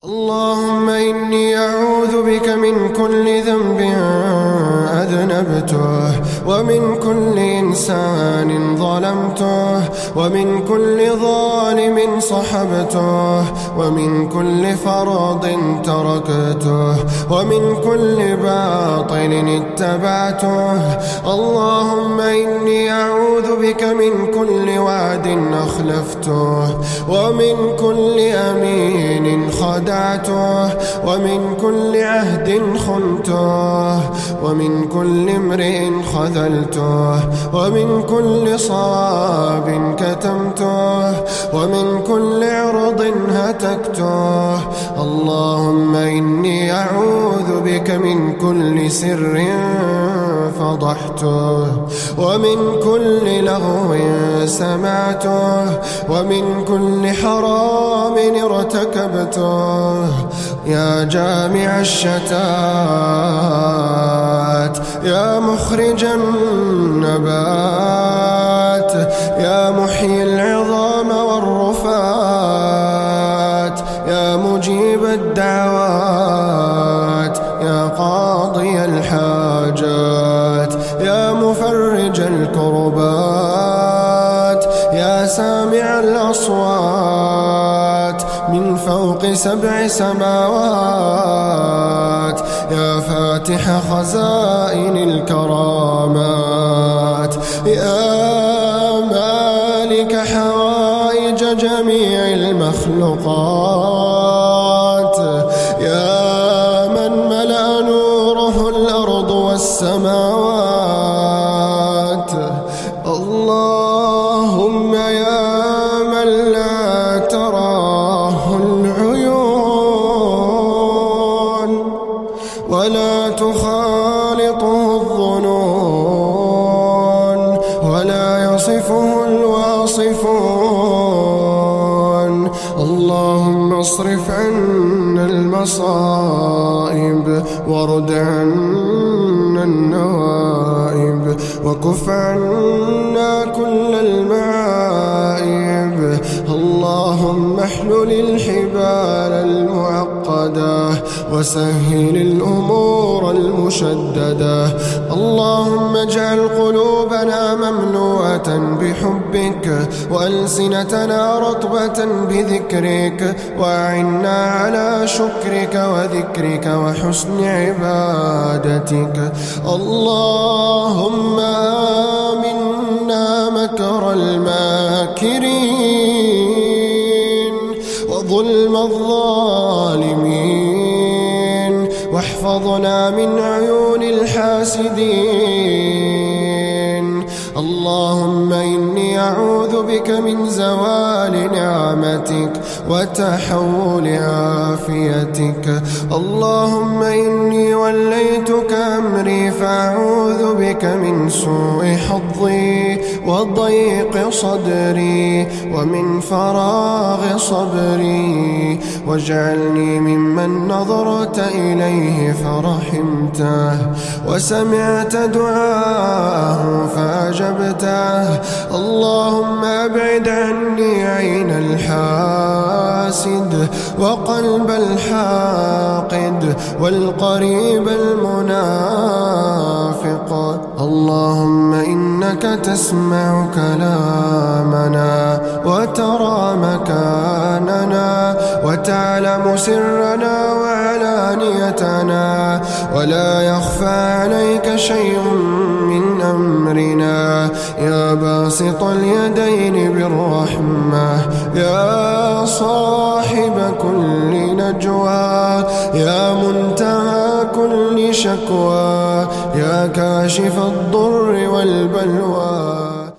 اللهم إني أعوذ بك من كل ذنب أذنبته، ومن كل إنسان ظلمته، ومن كل ظالم صحبته، ومن كل فرض تركته، ومن كل باطل اتبعته. اللهم إني أعوذ بك من كل وعد أخلفته، ومن كل أمين خدعته، ومن كل عهد خنته، ومن كل امرئ خذلته، ومن كل صواب كتمته، ومن كل عرض هتكته. اللهم إني أعوذ بك من كل سر فضحته، ومن كل لغو سمعته، ومن كل حرام ارتكبته. يا جامع الشتات، يا مخرج النبات، يا محيي العظام والرفات، يا مجيب الدعوات، يا قاضي الحاجات، يا مفرج الكربات، يا سامع الأصوات من فوق 7 سماوات، يا فاتح خزائن الكرامات، يا مالك حوائج جميع المخلوقات، يا من ملأ نوره الأرض والسماوات. اللهم يا من لا تراه العيون ولا تخالطه الظنون ولا يصفه الواصفون. اللهم اصرف عنا المصائب، وارد عنا النوائب، وكف عنا كل المعائب. اللهم احلل الحبال المعقدة، وسهل الأمور المشددة. اللهم اجعل قلوبنا مملوءة بحبك، وألسنتنا رطبة بذكرك، وأعنا على شكرك وذكرك وحسن عبادتك. اللهم آمنا مكر الماكرين وظلم الظالمين، واحفظنا من عيون الحاسدين. اللهم إني أعوذ بك من زوال نعمتك وتحول عافيتك. اللهم إني وليتك أمري، فأعوذ بك من سوء حظي وضيق صدري ومن فراغ صبري. واجعلني ممن نظرت إليه فرحمته، وسمعت دعاءه فأجبته. اللهم أبعد عني عين الحاسد، وقلب الحاقد، والقريب المنافق. اللهم إنك تسمع كلامنا، وترى مكاننا، وتعلم سرنا وعلانيتنا، ولا يخفى عليك شيء من أمرنا. يا باسط اليدين بالرحمة، يا صاحب كل نجوى، يا منتهى كل شكوى، يا كاشف الضر والبلوى.